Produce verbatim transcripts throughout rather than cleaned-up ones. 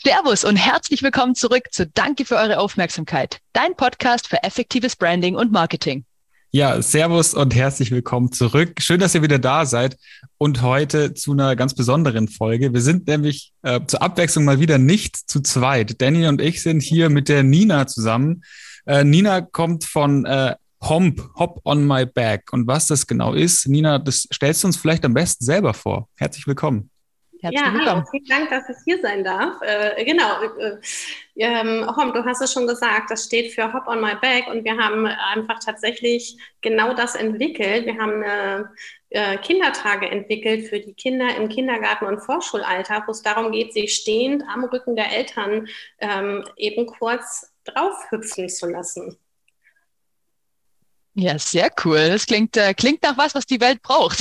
Servus und herzlich willkommen zurück zu Danke für eure Aufmerksamkeit, dein Podcast für effektives Branding und Marketing. Ja, servus und herzlich willkommen zurück. Schön, dass ihr wieder da seid und heute zu einer ganz besonderen Folge. Wir sind nämlich äh, zur Abwechslung mal wieder nicht zu zweit. Danny und ich sind hier mit der Nina zusammen. Äh, Nina kommt von äh, Homp, Hop on My Back. Und was das genau ist, Nina, das stellst du uns vielleicht am besten selber vor. Herzlich willkommen. Herzlich ja, willkommen. Hallo, vielen Dank, dass ich hier sein darf. Äh, genau, äh, ähm, Hom, du hast es schon gesagt, das steht für Hop on My Back und wir haben einfach tatsächlich genau das entwickelt. Wir haben eine äh, Kindertage entwickelt für die Kinder im Kindergarten- und Vorschulalter, wo es darum geht, sie stehend am Rücken der Eltern ähm, eben kurz draufhüpfen zu lassen. Ja, sehr cool. Das klingt, äh, klingt nach was, was die Welt braucht.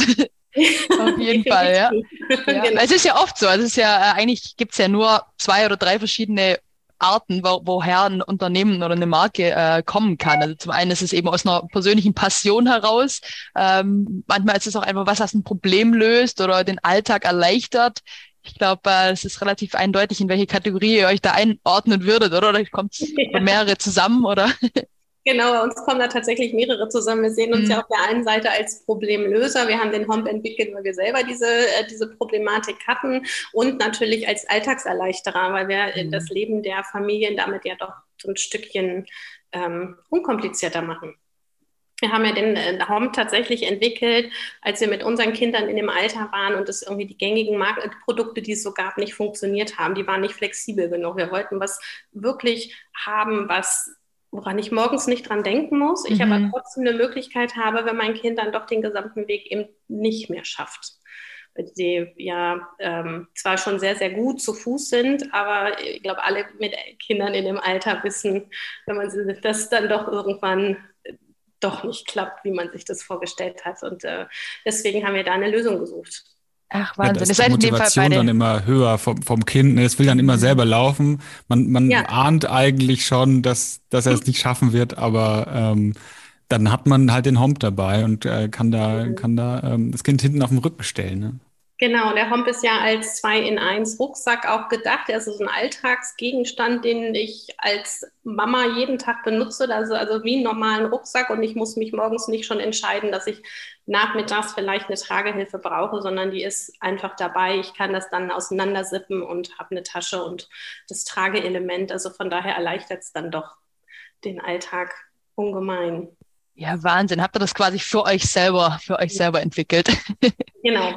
Auf jeden Fall, ja. ja. Genau. Es ist ja oft so, es ist ja, eigentlich gibt es ja nur zwei oder drei verschiedene Arten, wo, woher ein Unternehmen oder eine Marke äh, kommen kann. Also zum einen ist es eben aus einer persönlichen Passion heraus, ähm, manchmal ist es auch einfach was, was ein Problem löst oder den Alltag erleichtert. Ich glaube, äh, es ist relativ eindeutig, in welche Kategorie ihr euch da einordnen würdet, oder? Oder kommt es ja. mehrere zusammen, oder? Genau, bei uns kommen da tatsächlich mehrere zusammen. Wir sehen uns mhm. ja auf der einen Seite als Problemlöser. Wir haben den Homp entwickelt, weil wir selber diese, äh, diese Problematik hatten und natürlich als Alltagserleichterer, weil wir mhm. das Leben der Familien damit ja doch so ein Stückchen ähm, unkomplizierter machen. Wir haben ja den äh, Homp tatsächlich entwickelt, als wir mit unseren Kindern in dem Alter waren und es irgendwie die gängigen Markt- Produkte, die es so gab, nicht funktioniert haben. Die waren nicht flexibel genug. Wir wollten was wirklich haben, was woran ich morgens nicht dran denken muss, ich mhm. aber trotzdem eine Möglichkeit habe, wenn mein Kind dann doch den gesamten Weg eben nicht mehr schafft. Weil sie ja ähm, zwar schon sehr, sehr gut zu Fuß sind, aber ich glaube, alle mit Kindern in dem Alter wissen, wenn man das dann doch irgendwann doch nicht klappt, wie man sich das vorgestellt hat. Und äh, deswegen haben wir da eine Lösung gesucht. Ach, Wahnsinn. Ja, da ist die Motivation dann immer höher vom, vom Kind. Es will dann immer selber laufen. Man, man ja. ahnt eigentlich schon, dass, dass er es nicht schaffen wird, aber ähm, dann hat man halt den Homp dabei und äh, kann da, kann da ähm, das Kind hinten auf dem Rücken stellen. Ne? Genau, der Homp ist ja als zwei in eins Rucksack auch gedacht. Er ist so ein Alltagsgegenstand, den ich als Mama jeden Tag benutze, also, also wie einen normalen Rucksack, und ich muss mich morgens nicht schon entscheiden, dass ich nachmittags vielleicht eine Tragehilfe brauche, sondern die ist einfach dabei. Ich kann das dann auseinandersippen und habe eine Tasche und das Trageelement. Also von daher erleichtert es dann doch den Alltag ungemein. Ja, Wahnsinn. Habt ihr das quasi für euch selber, für euch selber entwickelt? Genau.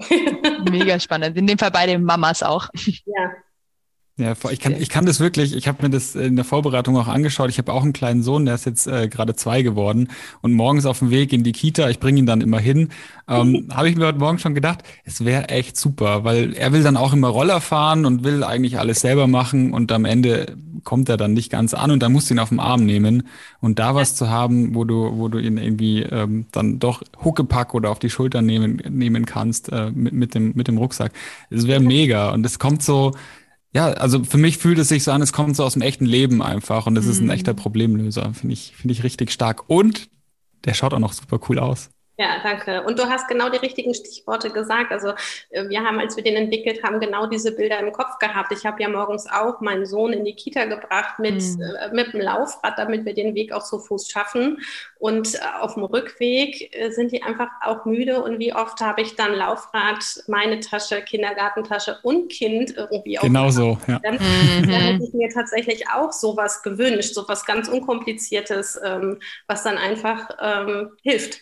Mega spannend. In dem Fall beide Mamas auch. Ja. Ja, ich kann, ich kann das wirklich, ich habe mir das in der Vorbereitung auch angeschaut. Ich habe auch einen kleinen Sohn, der ist jetzt äh, gerade zwei geworden und morgens auf dem Weg in die Kita, ich bringe ihn dann immer hin, ähm, habe ich mir heute Morgen schon gedacht, es wäre echt super, weil er will dann auch immer Roller fahren und will eigentlich alles selber machen und am Ende kommt er dann nicht ganz an und dann musst du ihn auf den Arm nehmen und da was zu haben, wo du, wo du ihn irgendwie ähm, dann doch Huckepack oder auf die Schulter nehmen, nehmen kannst äh, mit, mit dem, mit dem Rucksack. Das wäre mega und es kommt so. Ja, also für mich fühlt es sich so an, es kommt so aus dem echten Leben einfach und es mhm. ist ein echter Problemlöser, finde ich, finde ich richtig stark. Und der schaut auch noch super cool aus. Ja, danke. Und du hast genau die richtigen Stichworte gesagt. Also wir haben, als wir den entwickelt haben, genau diese Bilder im Kopf gehabt. Ich habe ja morgens auch meinen Sohn in die Kita gebracht mit, mhm. äh, mit dem Laufrad, damit wir den Weg auch zu Fuß schaffen. Und äh, auf dem Rückweg äh, sind die einfach auch müde. Und wie oft habe ich dann Laufrad, meine Tasche, Kindergartentasche und Kind irgendwie auf. Genau so, ja. Dann, mhm. dann hätte ich mir tatsächlich auch sowas gewünscht, sowas ganz Unkompliziertes, ähm, was dann einfach ähm, hilft.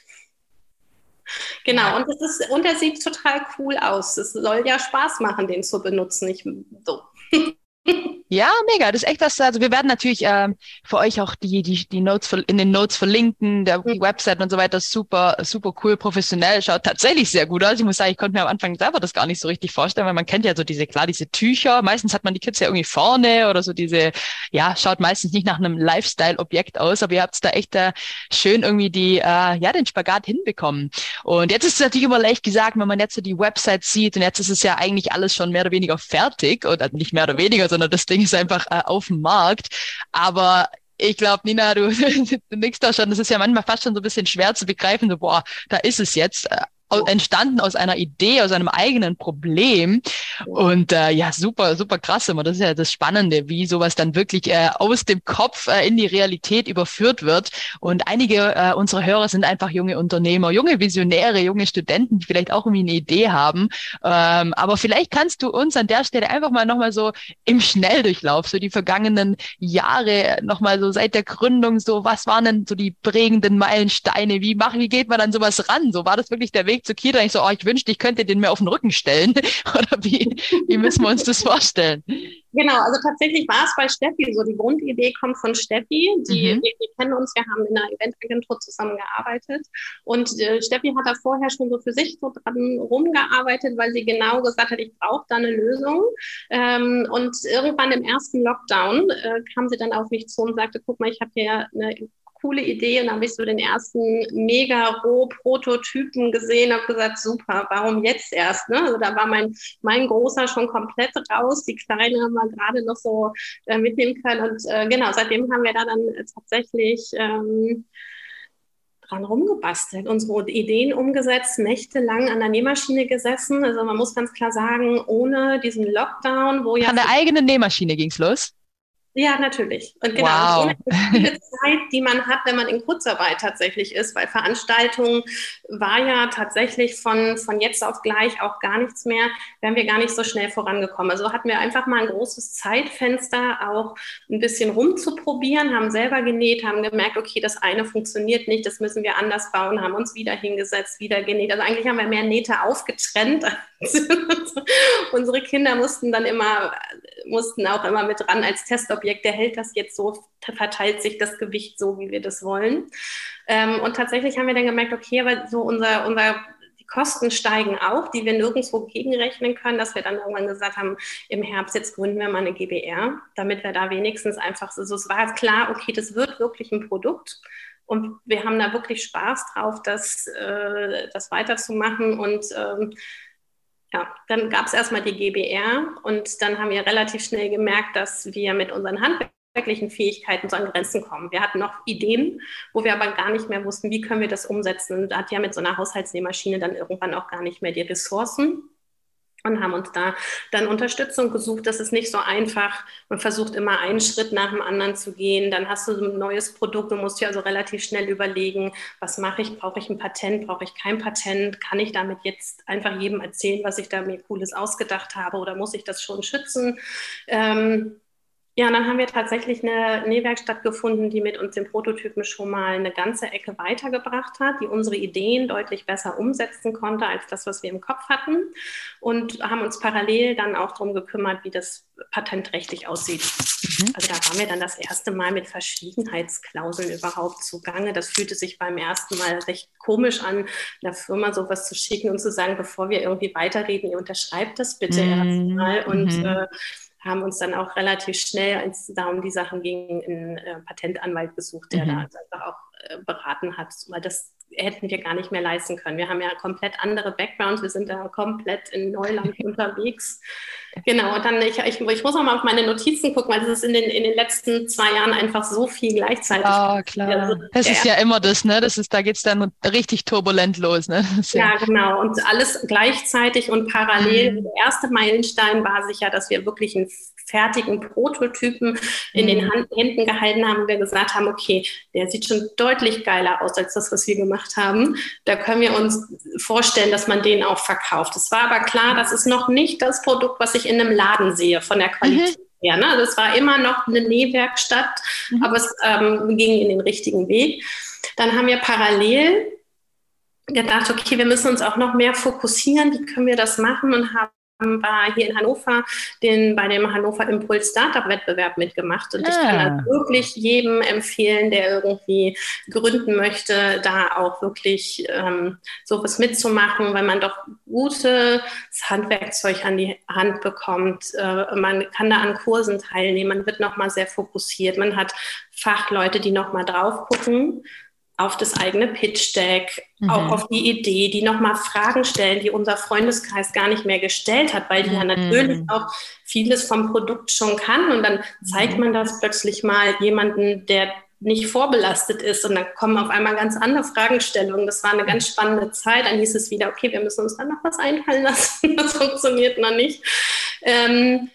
Genau, und, das ist, und er sieht total cool aus. Es soll ja Spaß machen, den zu benutzen. Ich, so. Ja, mega. Das ist echt was. Also wir werden natürlich ähm, für euch auch die die die Notes in den Notes verlinken, der, die Website und so weiter. Super, super cool, professionell. Schaut tatsächlich sehr gut aus. Ich muss sagen, ich konnte mir am Anfang selber das gar nicht so richtig vorstellen, weil man kennt ja so diese, klar, diese Tücher. Meistens hat man die Kids ja irgendwie vorne oder so diese, ja, schaut meistens nicht nach einem Lifestyle-Objekt aus, aber ihr habt da echt äh, schön irgendwie die, äh, ja, den Spagat hinbekommen. Und jetzt ist es natürlich immer leicht gesagt, wenn man jetzt so die Website sieht und jetzt ist es ja eigentlich alles schon mehr oder weniger fertig oder nicht mehr oder weniger, sondern das Ding ist einfach äh, auf dem Markt. Aber ich glaube, Nina, du, du nix da schon, das ist ja manchmal fast schon so ein bisschen schwer zu begreifen, so, boah, da ist es jetzt. entstanden aus einer Idee, aus einem eigenen Problem. Und äh, ja, super, super krass immer. Das ist ja das Spannende, wie sowas dann wirklich äh, aus dem Kopf äh, in die Realität überführt wird. Und einige äh, unserer Hörer sind einfach junge Unternehmer, junge Visionäre, junge Studenten, die vielleicht auch irgendwie eine Idee haben. Ähm, aber vielleicht kannst du uns an der Stelle einfach mal nochmal so im Schnelldurchlauf, so die vergangenen Jahre, nochmal so seit der Gründung, so was waren denn so die prägenden Meilensteine? Wie machen, wie geht man an sowas ran? So war das wirklich der Weg zu Kita? Ich so, oh, ich wünschte, ich könnte den mir auf den Rücken stellen. Oder wie, wie müssen wir uns das vorstellen? Genau, also tatsächlich war es bei Steffi so. Die Grundidee kommt von Steffi. Die, mhm. wir, wir kennen uns, wir haben in einer Eventagentur zusammengearbeitet. Und äh, Steffi hat da vorher schon so für sich so dran rumgearbeitet, weil sie genau gesagt hat, ich brauche da eine Lösung. Ähm, und irgendwann im ersten Lockdown äh, kam sie dann auf mich zu und sagte, guck mal, ich habe hier eine coole Idee, und dann habe ich so den ersten Mega-Roh-Prototypen gesehen, habe gesagt, super, warum jetzt erst? Ne? Also da war mein, mein Großer schon komplett raus, die Kleine haben wir gerade noch so äh, mitnehmen können, und äh, genau, seitdem haben wir da dann tatsächlich ähm, dran rumgebastelt, unsere Ideen umgesetzt, nächtelang an der Nähmaschine gesessen, also man muss ganz klar sagen, ohne diesen Lockdown, wo ja... An der eigenen Nähmaschine ging's los? Ja, natürlich. Und genau, wow. ohne die Zeit, die man hat, wenn man in Kurzarbeit tatsächlich ist, weil Veranstaltungen war ja tatsächlich von, von jetzt auf gleich auch gar nichts mehr, wären wir gar nicht so schnell vorangekommen. Also hatten wir einfach mal ein großes Zeitfenster, auch ein bisschen rumzuprobieren, haben selber genäht, haben gemerkt, okay, das eine funktioniert nicht, das müssen wir anders bauen, haben uns wieder hingesetzt, wieder genäht. Also eigentlich haben wir mehr Nähte aufgetrennt. Unsere Kinder mussten dann immer, mussten auch immer mit ran als Testobjekt, der hält das jetzt so, verteilt sich das Gewicht so, wie wir das wollen. Ähm, und tatsächlich haben wir dann gemerkt, okay, aber so unser, unser, die Kosten steigen auch, die wir nirgendwo gegenrechnen können, dass wir dann irgendwann gesagt haben, im Herbst jetzt gründen wir mal eine G B R, damit wir da wenigstens einfach, so, also es war klar, okay, das wird wirklich ein Produkt. Und wir haben da wirklich Spaß drauf, das, äh, das weiterzumachen. Und ähm, ja, dann gab es erstmal die G B R, und dann haben wir relativ schnell gemerkt, dass wir mit unseren handwerklichen Fähigkeiten zu an Grenzen kommen. Wir hatten noch Ideen, wo wir aber gar nicht mehr wussten, wie können wir das umsetzen. Da hat ja mit so einer Haushaltsnähmaschine dann irgendwann auch gar nicht mehr die Ressourcen. Und haben uns da dann Unterstützung gesucht. Das ist nicht so einfach. Man versucht immer einen Schritt nach dem anderen zu gehen. Dann hast du ein neues Produkt. Du musst dir also relativ schnell überlegen, was mache ich? Brauche ich ein Patent? Brauche ich kein Patent? Kann ich damit jetzt einfach jedem erzählen, was ich da mir Cooles ausgedacht habe? Oder muss ich das schon schützen? Ähm, Ja, dann haben wir tatsächlich eine Nähwerkstatt gefunden, die mit uns den Prototypen schon mal eine ganze Ecke weitergebracht hat, die unsere Ideen deutlich besser umsetzen konnte als das, was wir im Kopf hatten, und haben uns parallel dann auch darum gekümmert, wie das patentrechtlich aussieht. Mhm. Also da waren wir dann das erste Mal mit Verschwiegenheitsklauseln überhaupt zugange. Das fühlte sich beim ersten Mal recht komisch an, einer Firma sowas zu schicken und zu sagen, bevor wir irgendwie weiterreden, ihr unterschreibt das bitte mhm. erstmal. Und mhm. äh, haben uns dann auch relativ schnell, als es da um die Sachen ging, einen äh, Patentanwalt gesucht, der mhm. da also einfach auch äh, beraten hat, weil das hätten wir gar nicht mehr leisten können. Wir haben ja komplett andere Backgrounds, wir sind da komplett in Neuland unterwegs. Genau, und dann, ich, ich, ich muss auch mal auf meine Notizen gucken, weil das ist in den, in den letzten zwei Jahren einfach so viel gleichzeitig. Ah, oh, klar. Also, das ist ja immer das, ne? Das ist, da geht es dann richtig turbulent los, ne? Ja, genau. Und alles gleichzeitig und parallel. Mhm. Der erste Meilenstein war sicher, dass wir wirklich einen fertigen Prototypen in mhm. den Hand, Händen gehalten haben, und wir gesagt haben, okay, der sieht schon deutlich geiler aus als das, was wir gemacht haben. Da können wir uns vorstellen, dass man den auch verkauft. Es war aber klar, das ist noch nicht das Produkt, was ich in einem Laden sehe, von der Qualität mhm. her. Ne? Also es war immer noch eine Nähwerkstatt, mhm. aber es ähm, ging in den richtigen Weg. Dann haben wir parallel gedacht, okay, wir müssen uns auch noch mehr fokussieren, wie können wir das machen, und haben war hier in Hannover den, bei dem Hannover Impuls Startup Wettbewerb mitgemacht, und ah. ich kann das wirklich jedem empfehlen, der irgendwie gründen möchte, da auch wirklich ähm, sowas mitzumachen, weil man doch gutes Handwerkzeug an die Hand bekommt. Äh, man kann da an Kursen teilnehmen, man wird nochmal sehr fokussiert, man hat Fachleute, die nochmal drauf gucken auf das eigene Pitch-Deck, mhm. auch auf die Idee, die nochmal Fragen stellen, die unser Freundeskreis gar nicht mehr gestellt hat, weil die mhm. ja natürlich auch vieles vom Produkt schon kann, und dann zeigt man das plötzlich mal jemanden, der nicht vorbelastet ist und dann kommen auf einmal ganz andere Fragestellungen. Das war eine ganz spannende Zeit. Dann hieß es wieder, okay, wir müssen uns dann noch was einfallen lassen. Das funktioniert noch nicht. Ähm,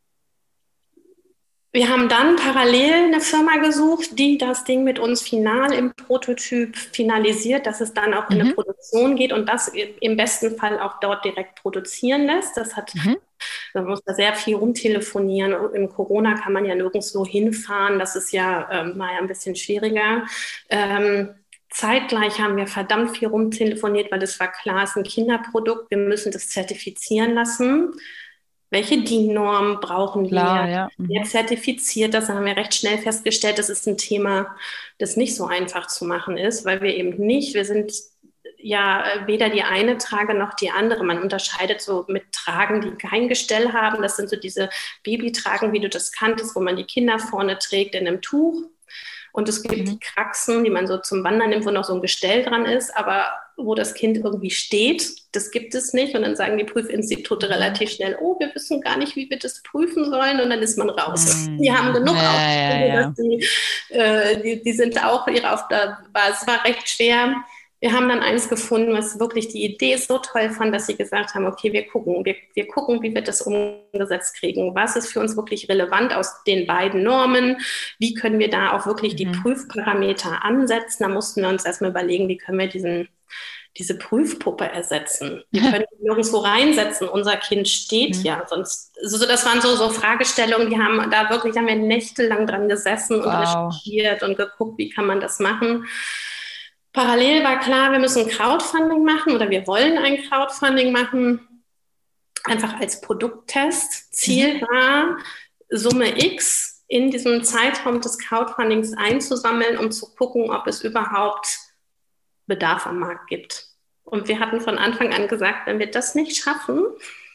wir haben dann parallel eine Firma gesucht, die das Ding mit uns final im Prototyp finalisiert, dass es dann auch in mhm. eine Produktion geht und das im besten Fall auch dort direkt produzieren lässt. Das hat mhm. Man muss da sehr viel rumtelefonieren. Im Corona kann man ja nirgendwo hinfahren. Das ist ja ähm, mal ein bisschen schwieriger. Ähm, zeitgleich haben wir verdammt viel rumtelefoniert, weil es war klar, es ist ein Kinderprodukt. Wir müssen das zertifizieren lassen. Welche D I N-Norm brauchen klar, wir? Ja. Mhm. Wer zertifiziert das? Da haben wir recht schnell festgestellt, das ist ein Thema, das nicht so einfach zu machen ist, weil wir eben nicht, wir sind ja weder die eine Trage noch die andere. Man unterscheidet so mit Tragen, die kein Gestell haben. Das sind so diese Babytragen, wie du das kanntest, wo man die Kinder vorne trägt in einem Tuch. Und es gibt mhm. die Kraxen, die man so zum Wandern nimmt, wo noch so ein Gestell dran ist, aber wo das Kind irgendwie steht. Das gibt es nicht. Und dann sagen die Prüfinstitute relativ schnell, oh, wir wissen gar nicht, wie wir das prüfen sollen. Und dann ist man raus. Mhm. Die haben genug ja, Aufträge, ja, ja. dass die, äh, die, die sind auch ihre Aufgabe. Es war recht schwer. Wir haben dann eins gefunden, was wirklich die Idee so toll fand, dass sie gesagt haben, okay, wir gucken, wir, wir gucken, wie wir das umgesetzt kriegen. Was ist für uns wirklich relevant aus den beiden Normen? Wie können wir da auch wirklich mhm. die Prüfparameter ansetzen? Da mussten wir uns erstmal überlegen, wie können wir diesen, diese Prüfpuppe ersetzen? Wir können nirgendwo reinsetzen. Unser Kind steht mhm. ja. Sonst, also das waren so, so Fragestellungen, die haben da wirklich, haben wir nächtelang dran gesessen und wow. recherchiert und geguckt, wie kann man das machen. Parallel war klar, wir müssen Crowdfunding machen oder wir wollen ein Crowdfunding machen, einfach als Produkttest. Ziel mhm. war, Summe X in diesem Zeitraum des Crowdfundings einzusammeln, um zu gucken, ob es überhaupt Bedarf am Markt gibt. Und wir hatten von Anfang an gesagt, wenn wir das nicht schaffen,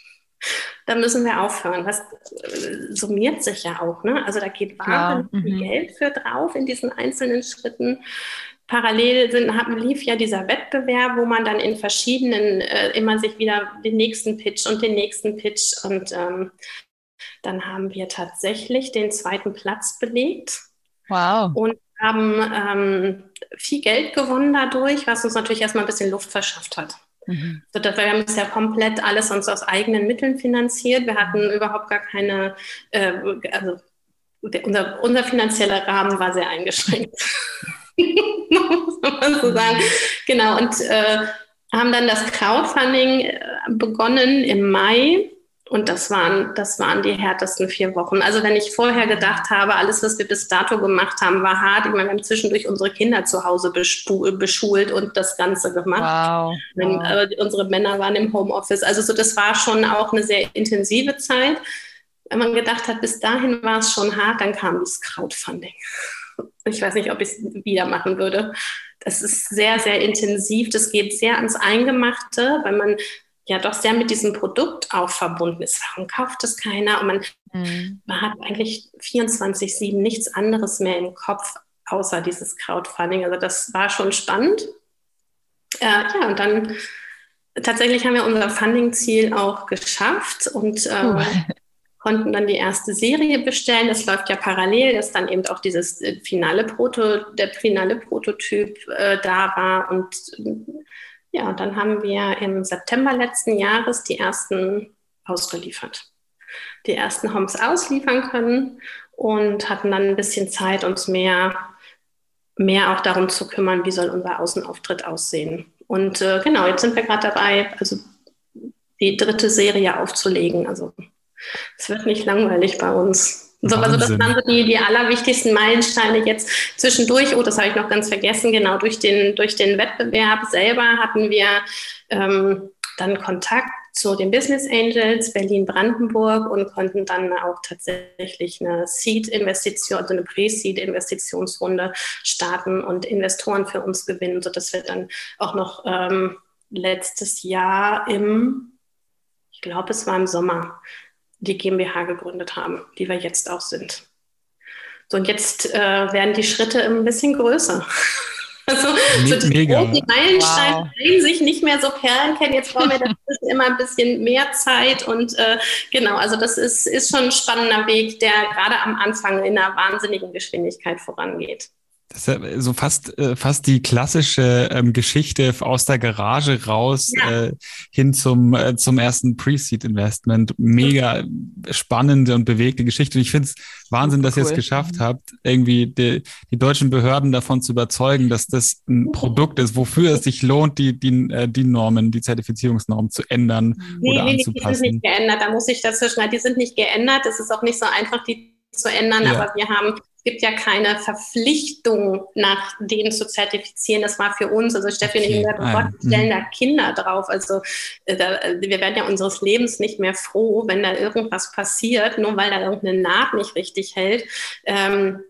dann müssen wir aufhören. Das summiert sich ja auch, ne? Also da geht wahnsinnig ja. viel mhm. Geld für drauf in diesen einzelnen Schritten. Parallel sind, haben, lief ja dieser Wettbewerb, wo man dann in verschiedenen, äh, immer sich wieder den nächsten Pitch und den nächsten Pitch und ähm, dann haben wir tatsächlich den zweiten Platz belegt. Wow. Und haben ähm, viel Geld gewonnen dadurch, was uns natürlich erstmal ein bisschen Luft verschafft hat. Mhm. So, wir haben es ja komplett alles uns aus eigenen Mitteln finanziert. Wir hatten überhaupt gar keine, äh, also der, unser, unser finanzieller Rahmen war sehr eingeschränkt. Muss man so sagen. Genau, und äh, haben dann das Crowdfunding äh, begonnen im Mai und das waren, das waren die härtesten vier Wochen. Also wenn ich vorher gedacht habe, alles, was wir bis dato gemacht haben, war hart. Ich meine, wir haben zwischendurch unsere Kinder zu Hause bespu- beschult und das Ganze gemacht. Wow. Wenn, wow. äh, unsere Männer waren im Homeoffice. Also so, das war schon auch eine sehr intensive Zeit. Wenn man gedacht hat, bis dahin war es schon hart, dann kam das Crowdfunding. Ich weiß nicht, ob ich es wieder machen würde. Das ist sehr, sehr intensiv. Das geht sehr ans Eingemachte, weil man ja doch sehr mit diesem Produkt auch verbunden ist. Warum kauft es keiner? Und man, mhm. man hat eigentlich vierundzwanzig sieben nichts anderes mehr im Kopf, außer dieses Crowdfunding. Also das war schon spannend. Äh, ja, und dann tatsächlich haben wir unser Funding-Ziel auch geschafft und äh, uh. konnten dann die erste Serie bestellen. Das läuft ja parallel, dass dann eben auch dieses finale Proto, der finale Prototyp äh, da war. Und ja, dann haben wir im September letzten Jahres die ersten ausgeliefert. Die ersten Homes ausliefern können und hatten dann ein bisschen Zeit, uns mehr, mehr auch darum zu kümmern, wie soll unser Außenauftritt aussehen. Und äh, genau, jetzt sind wir gerade dabei, also die dritte Serie aufzulegen. Also es wird nicht langweilig bei uns. So, also das waren so die, die allerwichtigsten Meilensteine jetzt zwischendurch. Oh, das habe ich noch ganz vergessen. Genau, durch den, durch den Wettbewerb selber hatten wir ähm, dann Kontakt zu den Business Angels Berlin-Brandenburg und konnten dann auch tatsächlich eine Seed-Investition, also eine Pre-Seed-Investitionsrunde starten und Investoren für uns gewinnen, sodass wir dann auch noch ähm, letztes Jahr im, ich glaube, es war im Sommer, die GmbH gegründet haben, die wir jetzt auch sind. So, und jetzt äh, werden die Schritte ein bisschen größer. Also so das Mega. Die Meilensteine wow. sich nicht mehr so Perlen kennen. Jetzt brauchen wir dazwischen immer ein bisschen mehr Zeit. Und äh, genau, also das ist, ist schon ein spannender Weg, der gerade am Anfang in einer wahnsinnigen Geschwindigkeit vorangeht. Das ist ja so fast, äh, fast die klassische ähm, Geschichte aus der Garage raus Ja. äh, hin zum, äh, zum ersten Pre-Seed-Investment. Mega spannende und bewegte Geschichte. Und ich finde es Wahnsinn, dass ihr es Cool. geschafft habt, irgendwie die, die deutschen Behörden davon zu überzeugen, dass das ein Produkt ist, wofür es sich lohnt, die, die, äh, die Normen, die Zertifizierungsnormen zu ändern Nee, oder nee, die sind anzupassen. nicht geändert. Da muss ich dazwischen, die sind nicht geändert. Es ist auch nicht so einfach, die zu ändern, Ja. aber wir haben, es gibt ja keine Verpflichtung, nach denen zu zertifizieren. Das war für uns, also Steffi und ich Okay. haben gesagt, oh Ah, ja. Gott, wir stellen Mhm. da Kinder drauf. Also äh, da, äh, wir werden ja unseres Lebens nicht mehr froh, wenn da irgendwas passiert, nur weil da irgendeine Naht nicht richtig hält. Ähm,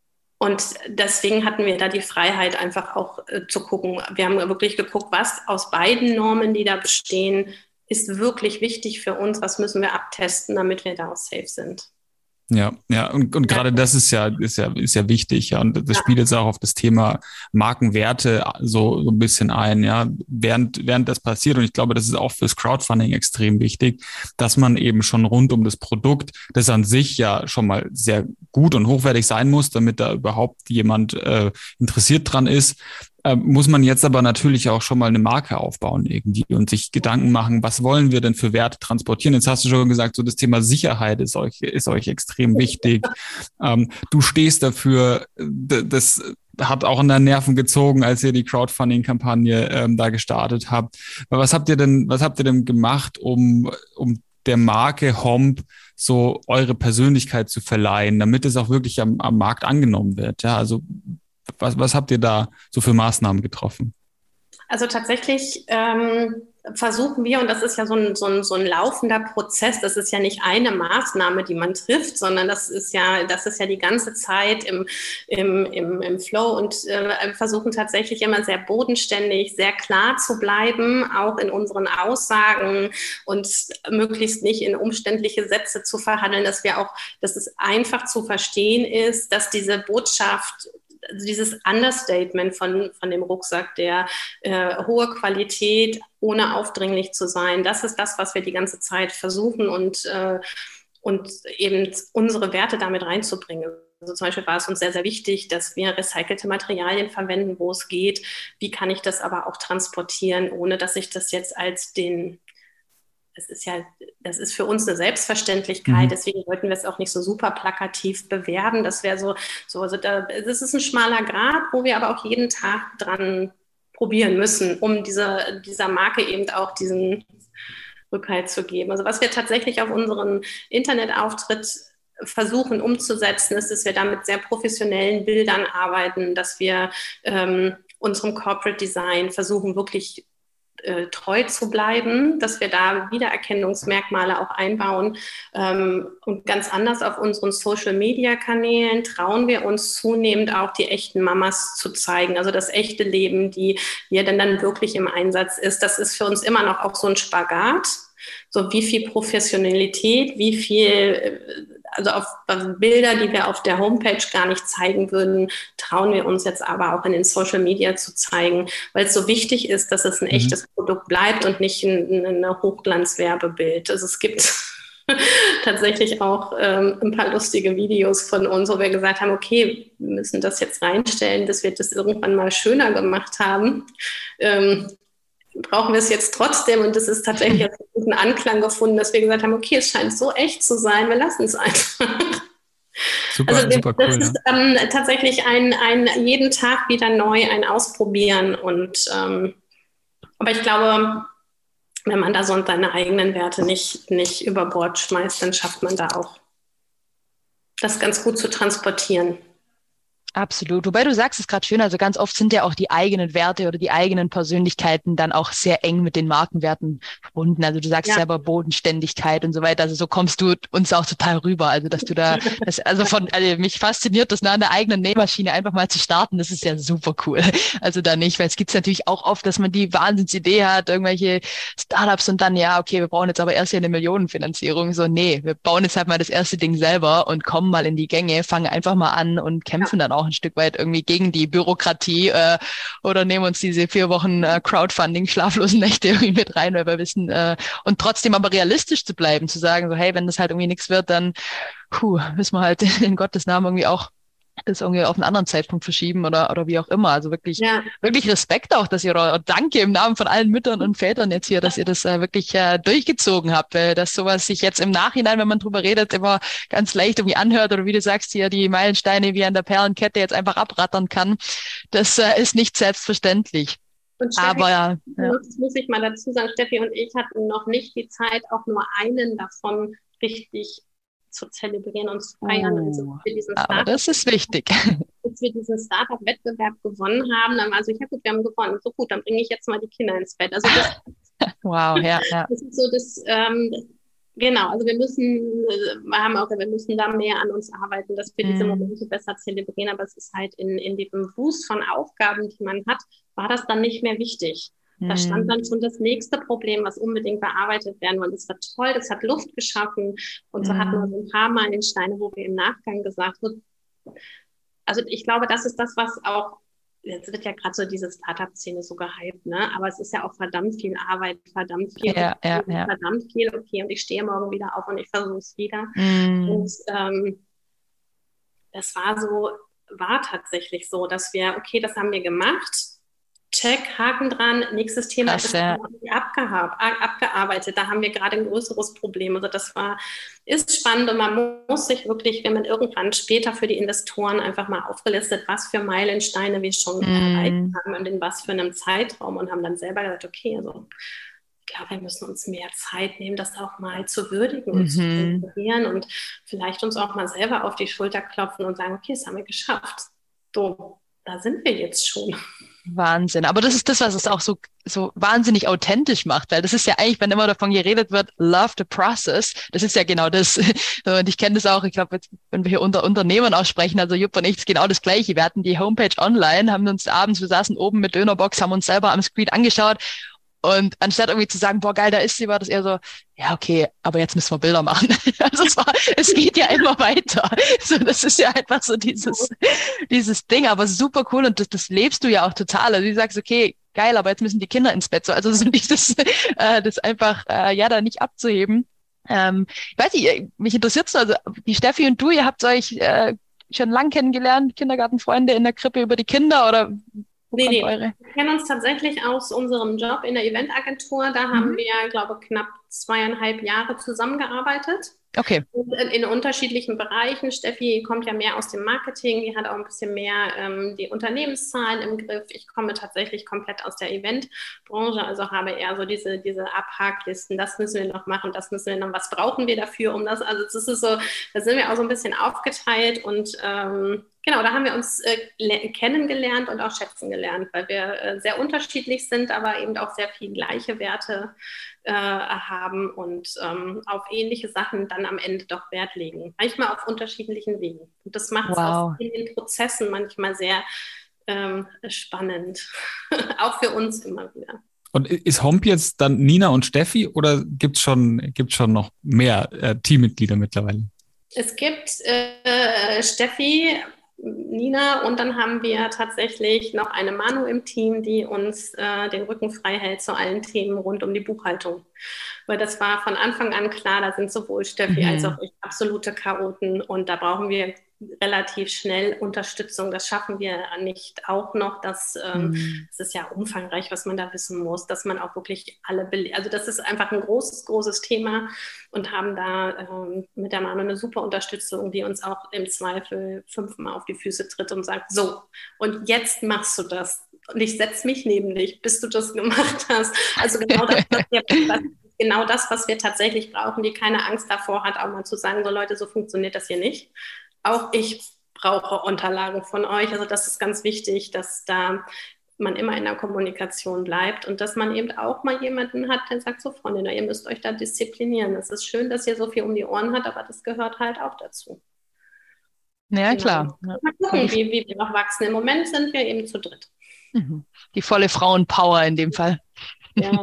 Und deswegen hatten wir da die Freiheit, einfach auch äh, zu gucken. Wir haben wirklich geguckt, was aus beiden Normen, die da bestehen, ist wirklich wichtig für uns. Was müssen wir abtesten, damit wir da auch safe sind. Ja, ja, und, und gerade das ist ja, ist ja, ist ja wichtig, ja. Und das Ja. spielt jetzt auch auf das Thema Markenwerte so, so ein bisschen ein, ja, während, während das passiert. Und ich glaube, das ist auch fürs Crowdfunding extrem wichtig, dass man eben schon rund um das Produkt, das an sich ja schon mal sehr gut und hochwertig sein muss, damit da überhaupt jemand äh, interessiert dran ist, äh, muss man jetzt aber natürlich auch schon mal eine Marke aufbauen irgendwie und sich Gedanken machen, was wollen wir denn für Werte transportieren? Jetzt hast du schon gesagt, so das Thema Sicherheit ist euch, ist euch extrem wichtig. Ähm, du stehst dafür, d- das hat auch an deinen Nerven gezogen, als ihr die Crowdfunding-Kampagne ähm, da gestartet habt. Aber was habt ihr denn, was habt ihr denn gemacht, um, um der Marke Homp so eure Persönlichkeit zu verleihen, damit es auch wirklich am, am Markt angenommen wird? Ja, also was, was habt ihr da so für Maßnahmen getroffen? Also tatsächlich ähm, versuchen wir, und das ist ja so ein, so, ein, so ein laufender Prozess, das ist ja nicht eine Maßnahme, die man trifft, sondern das ist ja, das ist ja die ganze Zeit im, im, im, im Flow und äh, versuchen tatsächlich immer sehr bodenständig, sehr klar zu bleiben, auch in unseren Aussagen und möglichst nicht in umständliche Sätze zu verhandeln, dass wir auch, dass es einfach zu verstehen ist, dass diese Botschaft, also dieses Understatement von, von dem Rucksack, der äh, hohe Qualität, ohne aufdringlich zu sein, das ist das, was wir die ganze Zeit versuchen und, äh, und eben unsere Werte damit reinzubringen. Also zum Beispiel war es uns sehr, sehr wichtig, dass wir recycelte Materialien verwenden, wo es geht. Wie kann ich das aber auch transportieren, ohne dass ich das jetzt als den Das ist ja, das ist für uns eine Selbstverständlichkeit, Mhm. deswegen wollten wir es auch nicht so super plakativ bewerben. Das wäre so, so, also da, das ist ein schmaler Grat, wo wir aber auch jeden Tag dran probieren müssen, um diese, dieser Marke eben auch diesen Rückhalt zu geben. Also was wir tatsächlich auf unseren Internetauftritt versuchen umzusetzen, ist, dass wir da mit sehr professionellen Bildern arbeiten, dass wir ähm, unserem Corporate Design versuchen, wirklich Äh, treu zu bleiben, dass wir da Wiedererkennungsmerkmale auch einbauen. Ähm, und ganz anders auf unseren Social-Media-Kanälen trauen wir uns zunehmend auch die echten Mamas zu zeigen, also das echte Leben, die wir denn dann wirklich im Einsatz ist. Das ist für uns immer noch auch so ein Spagat. So wie viel Professionalität, wie viel, also auf Bilder, die wir auf der Homepage gar nicht zeigen würden, trauen wir uns jetzt aber auch in den Social Media zu zeigen, weil es so wichtig ist, dass es ein Mhm. echtes Produkt bleibt und nicht ein, ein Hochglanzwerbebild. Also es gibt tatsächlich auch ähm, ein paar lustige Videos von uns, wo wir gesagt haben, okay, wir müssen das jetzt reinstellen, dass wir das irgendwann mal schöner gemacht haben. Ähm, brauchen wir es jetzt trotzdem und das ist tatsächlich einen guten Anklang gefunden, dass wir gesagt haben, okay, es scheint so echt zu sein, wir lassen es einfach. Super, Also wir, super das cool. ist ähm, tatsächlich ein, ein jeden Tag wieder neu ein Ausprobieren und ähm, aber ich glaube, wenn man da so seine eigenen Werte nicht, nicht über Bord schmeißt, dann schafft man da auch das ganz gut zu transportieren. Absolut. Wobei du sagst es gerade schön, also ganz oft sind ja auch die eigenen Werte oder die eigenen Persönlichkeiten dann auch sehr eng mit den Markenwerten verbunden. Also du sagst Ja. selber Bodenständigkeit und so weiter. Also so kommst du uns auch total rüber. Also dass du da, das, also von, also mich fasziniert das, ne, an der eigenen Nähmaschine einfach mal zu starten. Das ist ja super cool. Also da nicht, weil es gibt natürlich auch oft, dass man die Wahnsinnsidee hat, irgendwelche Startups und dann, ja, okay, wir brauchen jetzt aber erst hier eine Millionenfinanzierung. So, nee, wir bauen jetzt halt mal das erste Ding selber und kommen mal in die Gänge, fangen einfach mal an und kämpfen dann auch ein Stück weit irgendwie gegen die Bürokratie äh, oder nehmen uns diese vier Wochen äh, Crowdfunding, schlaflosen Nächte irgendwie mit rein, weil wir wissen, äh, und trotzdem aber realistisch zu bleiben, zu sagen, so hey, wenn das halt irgendwie nichts wird, dann puh, müssen wir halt in Gottes Namen irgendwie auch das irgendwie auf einen anderen Zeitpunkt verschieben oder, oder wie auch immer. Also wirklich, ja. wirklich Respekt auch, dass ihr, oder danke im Namen von allen Müttern und Vätern jetzt hier, dass ihr das äh, wirklich äh, durchgezogen habt, weil das sowas sich jetzt im Nachhinein, wenn man drüber redet, immer ganz leicht irgendwie anhört oder wie du sagst, hier die Meilensteine wie an der Perlenkette jetzt einfach abrattern kann. Das äh, ist nicht selbstverständlich. Und Steffi, aber ja, das muss ich mal dazu sagen, Steffi und ich hatten noch nicht die Zeit, auch nur einen davon richtig zu zelebrieren und zu feiern. Oh, also für diesen aber das ist wichtig. Als wir diesen Startup-Wettbewerb gewonnen haben, dann war so, ja gut, wir haben gewonnen, so gut, dann bringe ich jetzt mal die Kinder ins Bett. Also das, wow, ja, ja. Das ist so das, ähm, genau, also wir müssen, wir haben auch, wir müssen da mehr an uns arbeiten, dass wir mm. diese Momente besser zelebrieren, aber es ist halt in, in dem Wust von Aufgaben, die man hat, war das dann nicht mehr wichtig. Da stand dann schon das nächste Problem, was unbedingt bearbeitet werden wollte. Das war toll, das hat Luft geschaffen. Und so mm. hatten wir so ein paar Meilensteine, wo wir im Nachgang gesagt haben, also ich glaube, das ist das, was auch, jetzt wird ja gerade so diese Startup-Szene so gehypt, ne? Aber es ist ja auch verdammt viel Arbeit, verdammt viel, ja, ja, ja. verdammt viel, okay, und ich stehe morgen wieder auf und ich versuche es wieder. Mm. Und ähm, das war so, war tatsächlich so, dass wir, okay, das haben wir gemacht, check, Haken dran, nächstes Thema Krass, ist ja. abgearbeitet. Da haben wir gerade ein größeres Problem. Also das war, ist spannend und man muss sich wirklich, wenn man irgendwann später für die Investoren einfach mal aufgelistet, was für Meilensteine wir schon mm. erreicht haben und in was für einem Zeitraum und haben dann selber gesagt, okay, also ich glaube, wir müssen uns mehr Zeit nehmen, das auch mal zu würdigen und mm-hmm. zu zelebrieren und vielleicht uns auch mal selber auf die Schulter klopfen und sagen, okay, das haben wir geschafft. So, da sind wir jetzt schon. Wahnsinn. Aber das ist das, was es auch so, so wahnsinnig authentisch macht, weil das ist ja eigentlich, wenn immer davon geredet wird, love the process, das ist ja genau das. Und ich kenne das auch, ich glaube, wenn wir hier unter Unternehmern auch sprechen, also Jupp und ich, ist genau das Gleiche. Wir hatten die Homepage online, haben uns abends, wir saßen oben mit Dönerbox, haben uns selber am Screen angeschaut. Und anstatt irgendwie zu sagen, boah, geil, da ist sie, war das eher so, ja, okay, aber jetzt müssen wir Bilder machen. Also es war, es geht ja immer weiter. So, das ist ja einfach so dieses, dieses Ding, aber super cool und das, das lebst du ja auch total. Also du sagst, okay, geil, aber jetzt müssen die Kinder ins Bett. So, also so dieses, äh, das einfach, äh, ja, da nicht abzuheben. Ähm, ich weiß nicht, mich interessiert so, also die Steffi und du, ihr habt euch äh, schon lang kennengelernt, Kindergartenfreunde in der Krippe über die Kinder oder Nee, nee, wir kennen uns tatsächlich aus unserem Job in der Eventagentur. Da mhm. haben wir, glaube ich, knapp zweieinhalb Jahre zusammengearbeitet. Okay. Und in, in unterschiedlichen Bereichen. Steffi kommt ja mehr aus dem Marketing, die hat auch ein bisschen mehr ähm, die Unternehmenszahlen im Griff. Ich komme tatsächlich komplett aus der Eventbranche, also habe eher so diese, diese Abhaklisten, das müssen wir noch machen, das müssen wir noch, was brauchen wir dafür, um das, also das ist so, da sind wir auch so ein bisschen aufgeteilt und ähm, genau, da haben wir uns äh, kennengelernt und auch schätzen gelernt, weil wir äh, sehr unterschiedlich sind, aber eben auch sehr viel gleiche Werte äh, haben und ähm, auf ähnliche Sachen dann am Ende doch Wert legen. Manchmal auf unterschiedlichen Wegen. Und das macht es wow. auch in den Prozessen manchmal sehr ähm, spannend. Auch für uns immer wieder. Und ist Homp jetzt dann Nina und Steffi oder gibt es schon, gibt's schon noch mehr äh, Teammitglieder mittlerweile? Es gibt äh, Steffi, Nina und dann haben wir tatsächlich noch eine Manu im Team, die uns äh, den Rücken frei hält zu allen Themen rund um die Buchhaltung. Weil das war von Anfang an klar, da sind sowohl Steffi mhm. als auch ich absolute Chaoten und da brauchen wir relativ schnell Unterstützung. Das schaffen wir nicht auch noch. Das, ähm, mhm. das ist ja umfangreich, was man da wissen muss, dass man auch wirklich alle, Be- also das ist einfach ein großes, großes Thema und haben da ähm, mit der Manu eine super Unterstützung, die uns auch im Zweifel fünfmal auf die Füße tritt und sagt, so, und jetzt machst du das. Und ich setze mich neben dich, bis du das gemacht hast. Also genau das, was wir, was, genau das, was wir tatsächlich brauchen, die keine Angst davor hat, auch mal zu sagen, so Leute, so funktioniert das hier nicht. Auch ich brauche Unterlagen von euch. Also das ist ganz wichtig, dass da man immer in der Kommunikation bleibt und dass man eben auch mal jemanden hat, der sagt, so Freunde, ihr müsst euch da disziplinieren. Es ist schön, dass ihr so viel um die Ohren habt, aber das gehört halt auch dazu. Ja, genau. Klar. Mal gucken, wie, wie wir noch wachsen. Im Moment sind wir eben zu dritt. Die volle Frauenpower in dem Fall. Ja.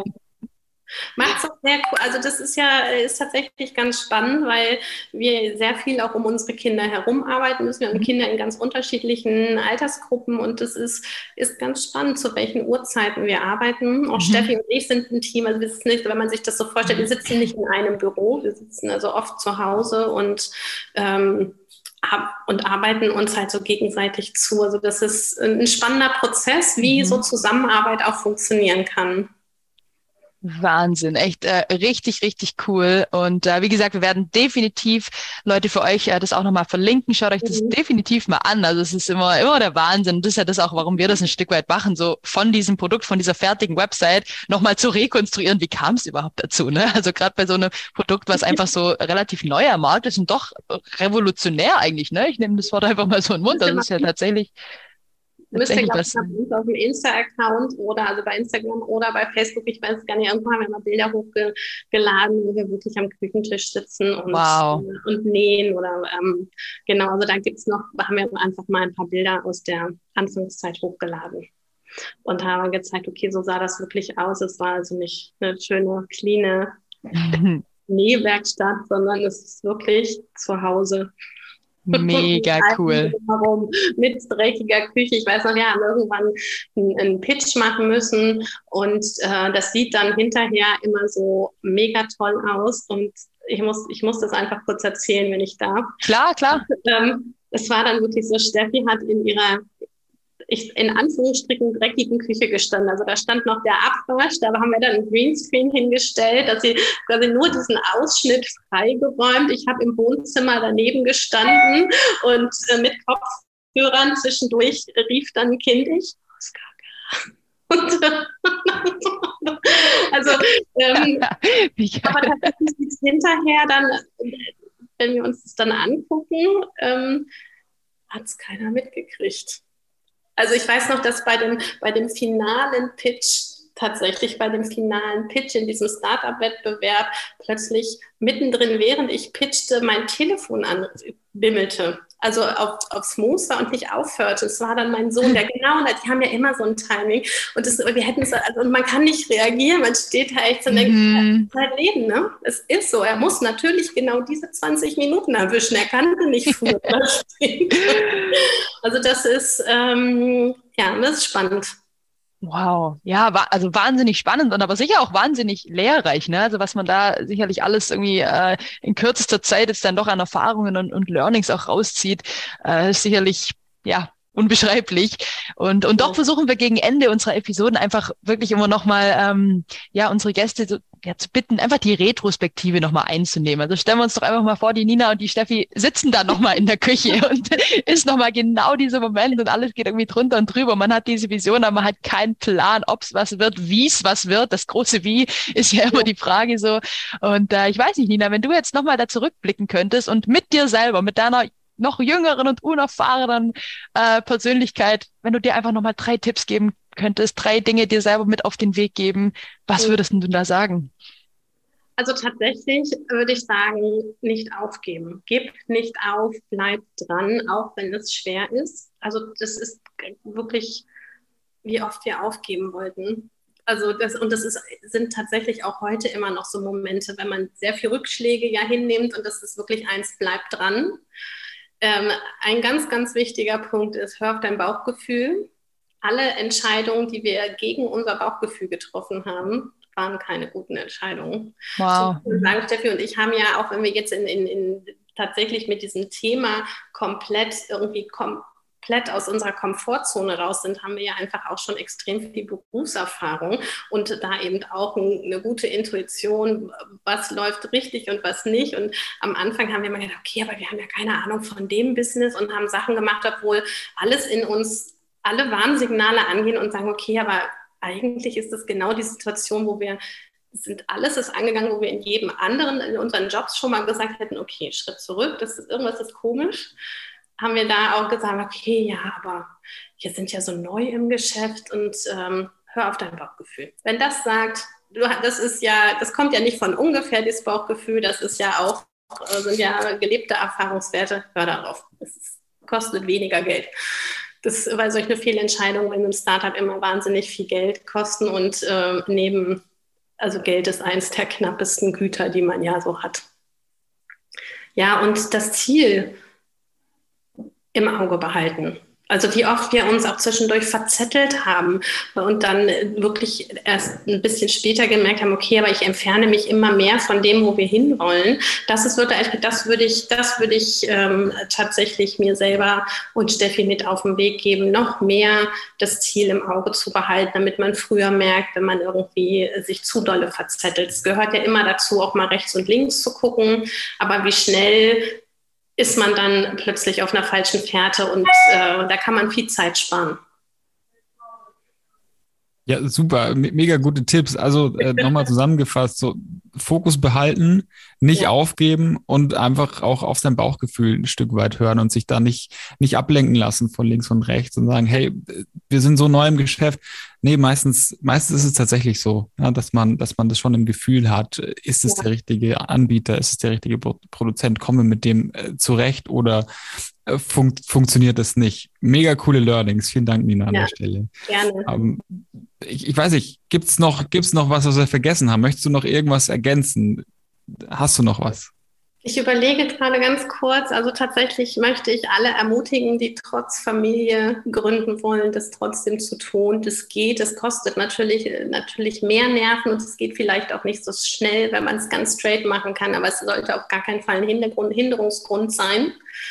Macht es auch sehr cool. Also das ist ja ist tatsächlich ganz spannend, weil wir sehr viel auch um unsere Kinder herum arbeiten müssen. Wir haben Kinder in ganz unterschiedlichen Altersgruppen und das ist, ist ganz spannend, zu welchen Uhrzeiten wir arbeiten. Auch mhm. Steffi und ich sind ein Team. Also wir sitzen nicht, wenn man sich das so vorstellt, wir sitzen nicht in einem Büro, wir sitzen also oft zu Hause und ähm, und arbeiten uns halt so gegenseitig zu. Also das ist ein spannender Prozess, wie mhm. so Zusammenarbeit auch funktionieren kann. Wahnsinn, echt äh, richtig, richtig cool. Und äh, wie gesagt, wir werden definitiv, Leute, für euch äh, das auch nochmal verlinken. Schaut euch das mhm. definitiv mal an. Also es ist immer immer der Wahnsinn. Das ist ja das auch, warum wir das ein Stück weit machen, so von diesem Produkt, von dieser fertigen Website nochmal zu rekonstruieren, wie kam es überhaupt dazu. Ne? Also gerade bei so einem Produkt, was einfach so relativ neu am Markt ist und doch revolutionär eigentlich. Ne? Ich nehme das Wort einfach mal so in den Mund. Das ist ja tatsächlich... Müsst ihr, glaube ich, bei uns auf dem Insta-Account oder also bei Instagram oder bei Facebook, ich weiß gar nicht, irgendwo haben wir mal Bilder hochgeladen, wo wir wirklich am Küchentisch sitzen und, wow. äh, und nähen oder ähm, genau, also da gibt's noch, haben wir einfach mal ein paar Bilder aus der Anfangszeit hochgeladen und haben gezeigt, okay, so sah das wirklich aus. Es war also nicht eine schöne, cleane Nähwerkstatt, sondern es ist wirklich zu Hause. Mega cool. Mit dreckiger Küche. Ich weiß noch, wir haben irgendwann einen, einen Pitch machen müssen und äh, das sieht dann hinterher immer so mega toll aus und ich muss, ich muss das einfach kurz erzählen, wenn ich darf. Klar, klar. Ähm, es war dann wirklich so, Steffi hat in ihrer ich, in Anführungsstrichen dreckigen Küche gestanden. Also da stand noch der Abwasch, da haben wir dann ein Greenscreen hingestellt, dass sie quasi nur diesen Ausschnitt freigeräumt. Ich habe im Wohnzimmer daneben gestanden und äh, mit Kopfhörern zwischendurch rief dann ein Kind, ich muss Kacke. Also, ähm, aber tatsächlich sieht es hinterher dann, wenn wir uns das dann angucken, ähm, hat es keiner mitgekriegt. Also ich weiß noch, dass bei dem, bei dem finalen Pitch, tatsächlich bei dem finalen Pitch in diesem Startup-Wettbewerb plötzlich mittendrin, während ich pitchte, mein Telefon anbimmelte. Also auf, aufs Muster und nicht aufhörte. Es war dann mein Sohn, der genau, die haben ja immer so ein Timing. Und das, wir hätten es, also, und man kann nicht reagieren, man steht da echt und denkt, mhm. das ist halt Leben, ne? Es ist so. Er muss natürlich genau diese zwanzig Minuten erwischen. Er kann nicht früher stehen. Also das ist, ähm, ja, das ist spannend. Wow, ja, wa- also wahnsinnig spannend und aber sicher auch wahnsinnig lehrreich, ne? Also was man da sicherlich alles irgendwie äh, in kürzester Zeit jetzt dann doch an Erfahrungen und, und Learnings auch rauszieht, äh, ist sicherlich, ja, unbeschreiblich. Und, und doch versuchen wir gegen Ende unserer Episoden einfach wirklich immer nochmal, ähm, ja, unsere Gäste so, ja, zu bitten, einfach die Retrospektive nochmal einzunehmen. Also stellen wir uns doch einfach mal vor, die Nina und die Steffi sitzen da nochmal in der Küche und ist nochmal genau dieser Moment und alles geht irgendwie drunter und drüber. Man hat diese Vision, aber man hat keinen Plan, ob es was wird, wie es was wird. Das große Wie ist ja immer die Frage so. Und äh, ich weiß nicht, Nina, wenn du jetzt nochmal da zurückblicken könntest und mit dir selber, mit deiner noch jüngeren und unerfahrenen äh, Persönlichkeit, wenn du dir einfach nochmal drei Tipps geben könntest, drei Dinge dir selber mit auf den Weg geben, was würdest du da sagen? Also tatsächlich würde ich sagen, nicht aufgeben. Gib nicht auf, bleib dran, auch wenn es schwer ist. Also das ist wirklich, wie oft wir aufgeben wollten. Also das, und das ist, sind tatsächlich auch heute immer noch so Momente, wenn man sehr viel Rückschläge ja hinnimmt und das ist wirklich eins, bleib dran. Ähm, ein ganz, ganz wichtiger Punkt ist, hör auf dein Bauchgefühl. Alle Entscheidungen, die wir gegen unser Bauchgefühl getroffen haben, waren keine guten Entscheidungen. Wow. So, sagen, Steffi und ich haben ja, auch wenn wir jetzt in, in, in tatsächlich mit diesem Thema komplett irgendwie komplett aus unserer Komfortzone raus sind, haben wir ja einfach auch schon extrem viel Berufserfahrung und da eben auch ein, eine gute Intuition, was läuft richtig und was nicht. Und am Anfang haben wir immer gedacht, okay, aber wir haben ja keine Ahnung von dem Business und haben Sachen gemacht, obwohl alles in uns, alle Warnsignale angehen und sagen, okay, aber eigentlich ist das genau die Situation, wo wir sind, alles ist angegangen, wo wir in jedem anderen, in unseren Jobs schon mal gesagt hätten, okay, Schritt zurück, das ist, irgendwas ist komisch. Haben wir da auch gesagt, okay, ja, aber wir sind ja so neu im Geschäft und ähm, hör auf dein Bauchgefühl. Wenn das sagt, du, das ist ja, das kommt ja nicht von ungefähr, dieses Bauchgefühl, das ist ja auch, äh, sind ja gelebte Erfahrungswerte, hör darauf. Es ist, kostet weniger Geld. Das, weil solche Fehlentscheidungen in einem Startup immer wahnsinnig viel Geld kosten und äh, neben, also Geld ist eins der knappesten Güter, die man ja so hat. Ja, und das Ziel im Auge behalten. Also wie oft wir uns auch zwischendurch verzettelt haben und dann wirklich erst ein bisschen später gemerkt haben, okay, aber ich entferne mich immer mehr von dem, wo wir hinwollen. Das ist wirklich, das würde ich, das würde ich ähm, tatsächlich mir selber und Steffi mit auf den Weg geben, noch mehr das Ziel im Auge zu behalten, damit man früher merkt, wenn man irgendwie sich zu dolle verzettelt. Es gehört ja immer dazu, auch mal rechts und links zu gucken, aber wie schnell ist man dann plötzlich auf einer falschen Fährte und äh, da kann man viel Zeit sparen. Ja, super, me- mega gute Tipps. Also äh, nochmal zusammengefasst, so Fokus behalten, nicht Ja. aufgeben und einfach auch auf sein Bauchgefühl ein Stück weit hören und sich da nicht, nicht ablenken lassen von links und rechts und sagen, hey, wir sind so neu im Geschäft. Nee, meistens, meistens ist es tatsächlich so, ja, dass man, dass man das schon im Gefühl hat. Ist es Ja. der richtige Anbieter? Ist es der richtige Pro- Produzent? Kommen wir mit dem äh, zurecht oder äh, fun funktioniert es nicht? Mega coole Learnings. Vielen Dank, Nina, an Ja, der Stelle. gerne. Ähm, ich, ich weiß nicht, gibt's noch, gibt's noch was, was wir vergessen haben? Möchtest du noch irgendwas ergänzen? Hast du noch was? Ich überlege gerade ganz kurz, also tatsächlich möchte ich alle ermutigen, die trotz Familie gründen wollen, das trotzdem zu tun. Das geht, es kostet natürlich, natürlich mehr Nerven und es geht vielleicht auch nicht so schnell, wenn man es ganz straight machen kann, aber es sollte auf gar keinen Fall ein Hintergrund, Hinderungsgrund sein.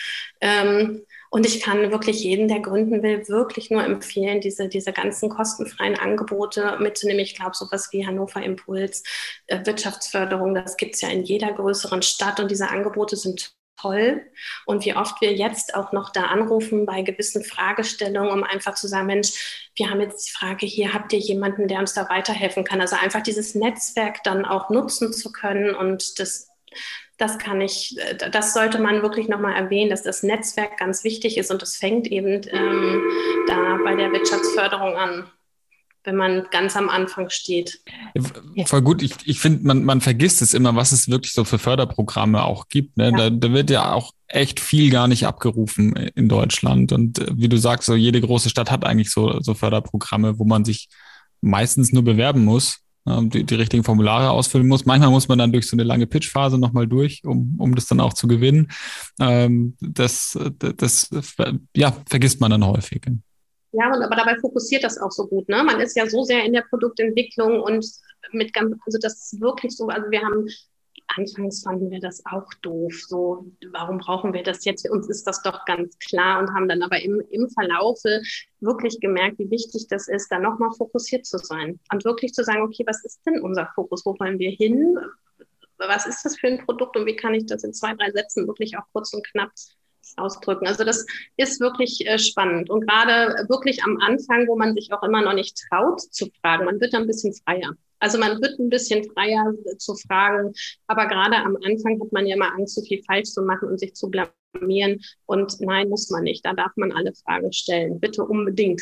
Ähm, Und ich kann wirklich jeden, der gründen will, wirklich nur empfehlen, diese, diese ganzen kostenfreien Angebote mitzunehmen. Ich glaube, sowas wie Hannover Impuls, äh, Wirtschaftsförderung, das gibt es ja in jeder größeren Stadt und diese Angebote sind toll. Und wie oft wir jetzt auch noch da anrufen bei gewissen Fragestellungen, um einfach zu sagen, Mensch, wir haben jetzt die Frage hier, habt ihr jemanden, der uns da weiterhelfen kann? Also einfach dieses Netzwerk dann auch nutzen zu können und das Das kann ich, das sollte man wirklich nochmal erwähnen, dass das Netzwerk ganz wichtig ist und das fängt eben ähm, da bei der Wirtschaftsförderung an, wenn man ganz am Anfang steht. Ja, voll gut. Ich, ich finde, man, man vergisst es immer, was es wirklich so für Förderprogramme auch gibt. Ne? Ja. Da, da wird ja auch echt viel gar nicht abgerufen in Deutschland. Und äh, wie du sagst, so jede große Stadt hat eigentlich so, so Förderprogramme, wo man sich meistens nur bewerben muss. Die, die richtigen Formulare ausfüllen muss. Manchmal muss man dann durch so eine lange Pitchphase nochmal durch, um, um das dann auch zu gewinnen. Ähm, das, das, ja, vergisst man dann häufig. Ja, und aber dabei fokussiert das auch so gut, ne? Man ist ja so sehr in der Produktentwicklung und mit ganz, also das ist wirklich so, also wir haben anfangs fanden wir das auch doof, so, warum brauchen wir das jetzt? Für uns ist das doch ganz klar und haben dann aber im, im Verlaufe wirklich gemerkt, wie wichtig das ist, da nochmal fokussiert zu sein und wirklich zu sagen, okay, was ist denn unser Fokus? Wo wollen wir hin? Was ist das für ein Produkt und wie kann ich das in zwei, drei Sätzen wirklich auch kurz und knapp ausdrücken? Also das ist wirklich äh, spannend und gerade wirklich am Anfang, wo man sich auch immer noch nicht traut zu fragen, man wird da ein bisschen freier. Also man wird ein bisschen freier zu fragen, aber gerade am Anfang hat man ja immer Angst, so viel falsch zu machen und sich zu blamieren. Und nein, muss man nicht. Da darf man alle Fragen stellen. Bitte unbedingt.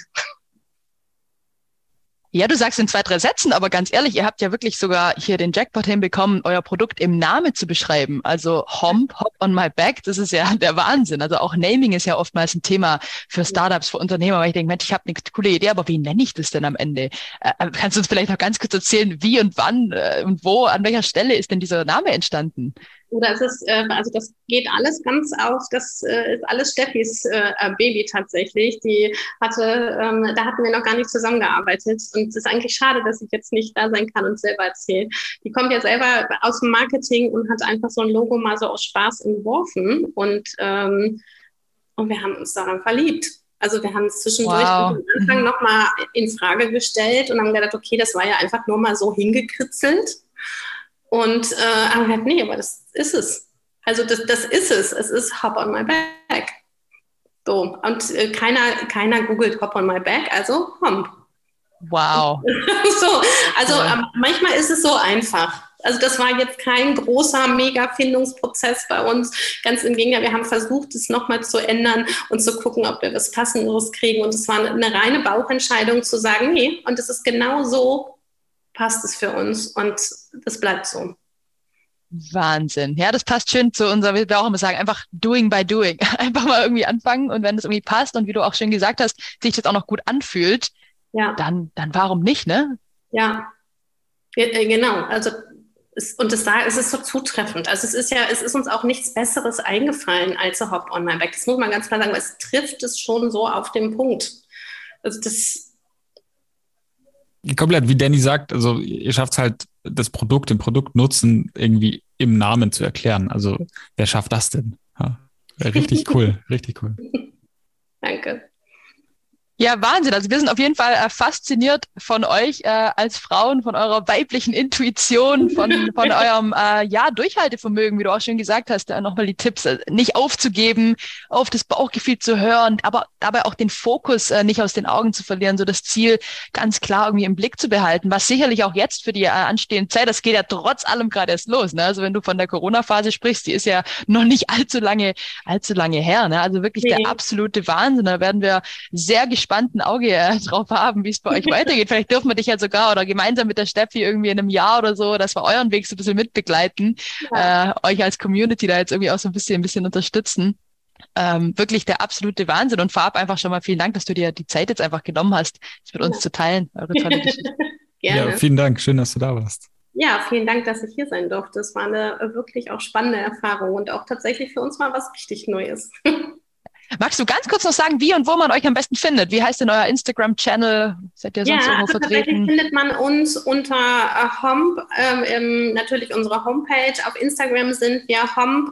Ja, du sagst in zwei, drei Sätzen, aber ganz ehrlich, ihr habt ja wirklich sogar hier den Jackpot hinbekommen, euer Produkt im Namen zu beschreiben. Also Homp, Hop on my back, das ist ja der Wahnsinn. Also auch Naming ist ja oftmals ein Thema für Startups, für Unternehmer, weil ich denke, Mensch, ich habe eine coole Idee, aber wie nenne ich das denn am Ende? Äh, kannst du uns vielleicht noch ganz kurz erzählen, wie und wann äh, und wo, an welcher Stelle ist denn dieser Name entstanden? Oder es ist, äh, also das geht alles ganz auf, das äh, ist alles Steffis äh, Baby tatsächlich. Die hatte, ähm, da hatten wir noch gar nicht zusammengearbeitet und es ist eigentlich schade, dass ich jetzt nicht da sein kann und selber erzählen. Die kommt ja selber aus dem Marketing und hat einfach so ein Logo mal so aus Spaß entworfen und, ähm, und wir haben uns daran verliebt. Also wir haben es zwischendurch wow. am Anfang mhm. nochmal in Frage gestellt und haben gedacht, okay, das war ja einfach nur mal so hingekritzelt. Und äh, haben gesagt, nee, aber das ist es. Also das, das ist es. Es ist Hop on my back. So, und äh, keiner, keiner googelt Hop on my back, also Homp. Wow. so, also cool. ähm, manchmal ist es so einfach. Also das war jetzt kein großer Mega-Findungsprozess bei uns. Ganz im Gegenteil, wir haben versucht, es nochmal zu ändern und zu gucken, ob wir was Passenderes kriegen. Und es war eine reine Bauchentscheidung zu sagen, nee, und es ist genau so, passt es für uns und das bleibt so. Wahnsinn. Ja, das passt schön zu unserer, wie wir auch immer sagen, einfach doing by doing. Einfach mal irgendwie anfangen und wenn das irgendwie passt und wie du auch schön gesagt hast, sich das auch noch gut anfühlt, ja. dann, dann warum nicht, ne? Ja, genau. Also Es, und es, es ist so zutreffend. Also es ist ja, es ist uns auch nichts Besseres eingefallen als a Hop on my back. Das muss man ganz klar sagen, aber es trifft es schon so auf den Punkt. Also das komplett, wie Danny sagt, also ihr schafft es halt, das Produkt, den Produktnutzen irgendwie im Namen zu erklären. Also wer schafft das denn? Ja, richtig cool, richtig cool. Danke. Ja, Wahnsinn. Also wir sind auf jeden Fall äh, fasziniert von euch äh, als Frauen, von eurer weiblichen Intuition, von, von eurem äh, ja Durchhaltevermögen, wie du auch schon gesagt hast. Äh, nochmal die Tipps, äh, nicht aufzugeben, auf das Bauchgefühl zu hören, aber dabei auch den Fokus äh, nicht aus den Augen zu verlieren, so das Ziel ganz klar irgendwie im Blick zu behalten, was sicherlich auch jetzt für die äh, anstehende Zeit, das geht ja trotz allem gerade erst los. Ne? Also wenn du von der Corona-Phase sprichst, die ist ja noch nicht allzu lange, allzu lange her. Ne? Also wirklich nee. Der absolute Wahnsinn. Da werden wir sehr gespannt ein Auge äh, drauf haben, wie es bei euch weitergeht. Vielleicht dürfen wir dich ja sogar oder gemeinsam mit der Steffi irgendwie in einem Jahr oder so, dass wir euren Weg so ein bisschen mitbegleiten, ja. äh, euch als Community da jetzt irgendwie auch so ein bisschen, ein bisschen unterstützen. Ähm, wirklich der absolute Wahnsinn und vorab einfach schon mal vielen Dank, dass du dir die Zeit jetzt einfach genommen hast, das mit uns ja. zu teilen, eure tolle Geschichte. Ja, vielen Dank. Schön, dass du da warst. Ja, vielen Dank, dass ich hier sein durfte. Es war eine wirklich auch spannende Erfahrung und auch tatsächlich für uns mal was richtig Neues. Magst du ganz kurz noch sagen, wie und wo man euch am besten findet? Wie heißt denn euer Instagram-Channel? Seid ihr sonst ja, irgendwo also vertreten? Tatsächlich findet man uns unter äh, Homp, ähm, natürlich unsere Homepage. Auf Instagram sind wir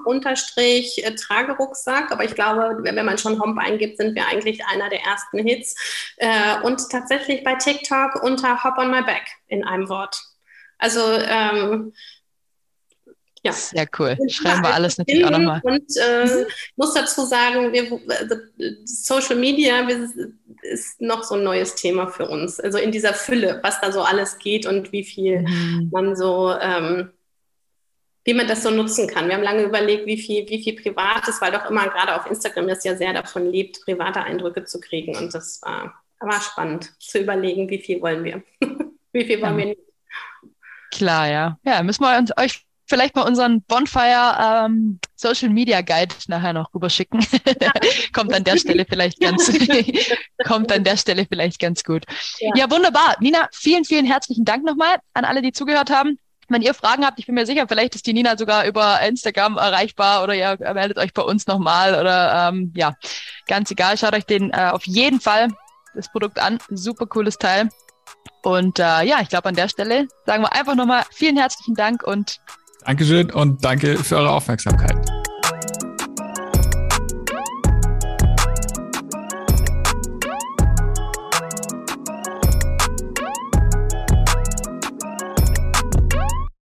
Homp-Tragerucksack, aber ich glaube, wenn man schon Homp eingibt, sind wir eigentlich einer der ersten Hits. Äh, und tatsächlich bei TikTok unter Hop on my back in einem Wort. Also ähm, ja. Sehr cool. Schreiben wir alles natürlich auch nochmal. Und äh, muss dazu sagen, wir, also Social Media ist noch so ein neues Thema für uns. Also in dieser Fülle, was da so alles geht und wie viel mhm. man so, ähm, wie man das so nutzen kann. Wir haben lange überlegt, wie viel, wie viel Privates, weil doch immer gerade auf Instagram das ja sehr davon lebt, private Eindrücke zu kriegen. Und das war, war spannend zu überlegen, wie viel wollen wir. Wie viel wollen ja. wir nicht. Klar, ja. Ja, müssen wir uns euch vielleicht mal unseren Bonfire ähm, Social Media Guide nachher noch rüberschicken. Ja. kommt an der Stelle vielleicht ganz, kommt an der Stelle vielleicht ganz gut. Ja. ja, wunderbar. Nina, vielen, vielen herzlichen Dank nochmal an alle, die zugehört haben. Wenn ihr Fragen habt, ich bin mir sicher, vielleicht ist die Nina sogar über Instagram erreichbar oder ihr meldet euch bei uns nochmal oder ähm, ja, ganz egal. Schaut euch den äh, auf jeden Fall das Produkt an. Super cooles Teil. Und äh, ja, ich glaube, an der Stelle sagen wir einfach nochmal vielen herzlichen Dank und Dankeschön und danke für eure Aufmerksamkeit.